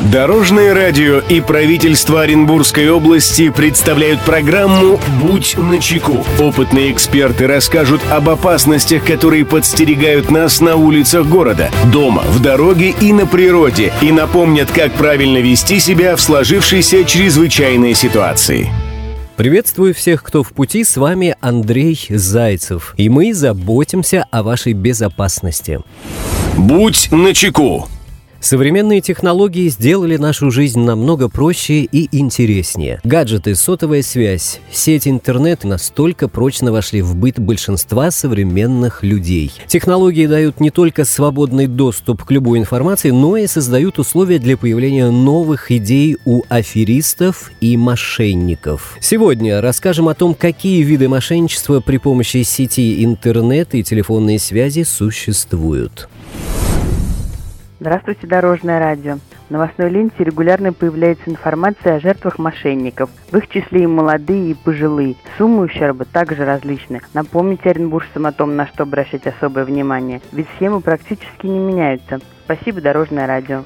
Дорожное радио и правительство Оренбургской области представляют программу «Будь начеку». Опытные эксперты расскажут об опасностях, которые подстерегают нас на улицах города, дома, в дороге и на природе, и напомнят, как правильно вести себя в сложившейся чрезвычайной ситуации. Приветствую всех, кто в пути, с вами Андрей Зайцев, и мы заботимся о вашей безопасности. Будь начеку. Современные технологии сделали нашу жизнь намного проще и интереснее. Гаджеты, сотовая связь, сеть интернет настолько прочно вошли в быт большинства современных людей. Технологии дают не только свободный доступ к любой информации, но и создают условия для появления новых идей у аферистов и мошенников. Сегодня расскажем о том, какие виды мошенничества при помощи сети интернет и телефонной связи существуют. Здравствуйте, Дорожное радио. В новостной ленте регулярно появляется информация о жертвах мошенников. В их числе и молодые, и пожилые. Суммы ущерба также различны. Напомните оренбуржцам о том, на что обращать особое внимание. Ведь схемы практически не меняются. Спасибо, Дорожное радио.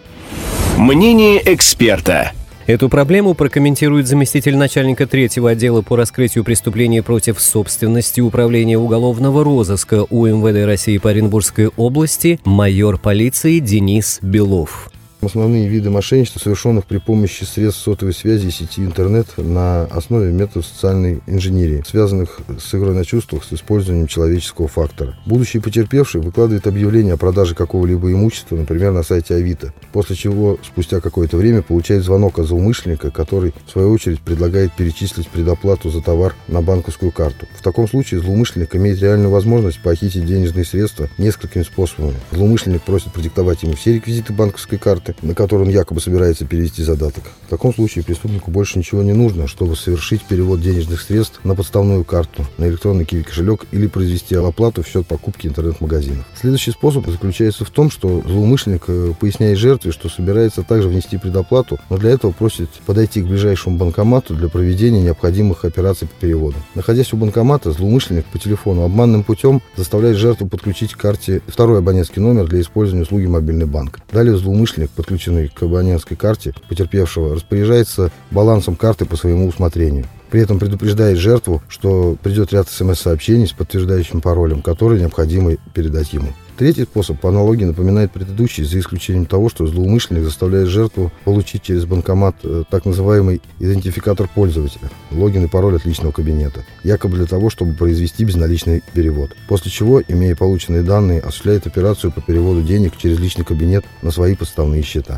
Мнение эксперта. Эту проблему прокомментирует заместитель начальника 3-го отдела по раскрытию преступлений против собственности Управления уголовного розыска УМВД России по Оренбургской области майор полиции Денис Белов. Основные виды мошенничества, совершенных при помощи средств сотовой связи и сети интернет на основе методов социальной инженерии, связанных с игрой на чувствах с использованием человеческого фактора. Будущий потерпевший выкладывает объявление о продаже какого-либо имущества, например, на сайте Авито, после чего спустя какое-то время получает звонок от злоумышленника, который, в свою очередь, предлагает перечислить предоплату за товар на банковскую карту. В таком случае злоумышленник имеет реальную возможность похитить денежные средства несколькими способами. Злоумышленник просит продиктовать ему все реквизиты банковской карты, на который он якобы собирается перевести задаток. В таком случае преступнику больше ничего не нужно, чтобы совершить перевод денежных средств на подставную карту, на электронный киви-кошелек или произвести оплату в счет покупки интернет-магазинов. Следующий способ заключается в том, что злоумышленник поясняет жертве, что собирается также внести предоплату, но для этого просит подойти к ближайшему банкомату для проведения необходимых операций по переводу. Находясь у банкомата, злоумышленник по телефону обманным путем заставляет жертву подключить к карте второй абонентский номер для использования услуги мобильный банк. Далее злоумышленник, подключенный к абонентской карте потерпевшего, распоряжается балансом карты по своему усмотрению. При этом предупреждает жертву, что придет ряд смс-сообщений с подтверждающим паролем, который необходимо передать ему. Третий способ по аналогии напоминает предыдущий, за исключением того, что злоумышленник заставляет жертву получить через банкомат так называемый идентификатор пользователя, логин и пароль от личного кабинета, якобы для того, чтобы произвести безналичный перевод. После чего, имея полученные данные, осуществляет операцию по переводу денег через личный кабинет на свои подставные счета.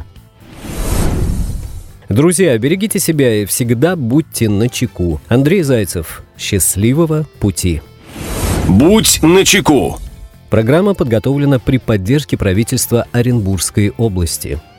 Друзья, берегите себя и всегда будьте начеку. Андрей Зайцев. Счастливого пути. Будь начеку. Программа подготовлена при поддержке правительства Оренбургской области.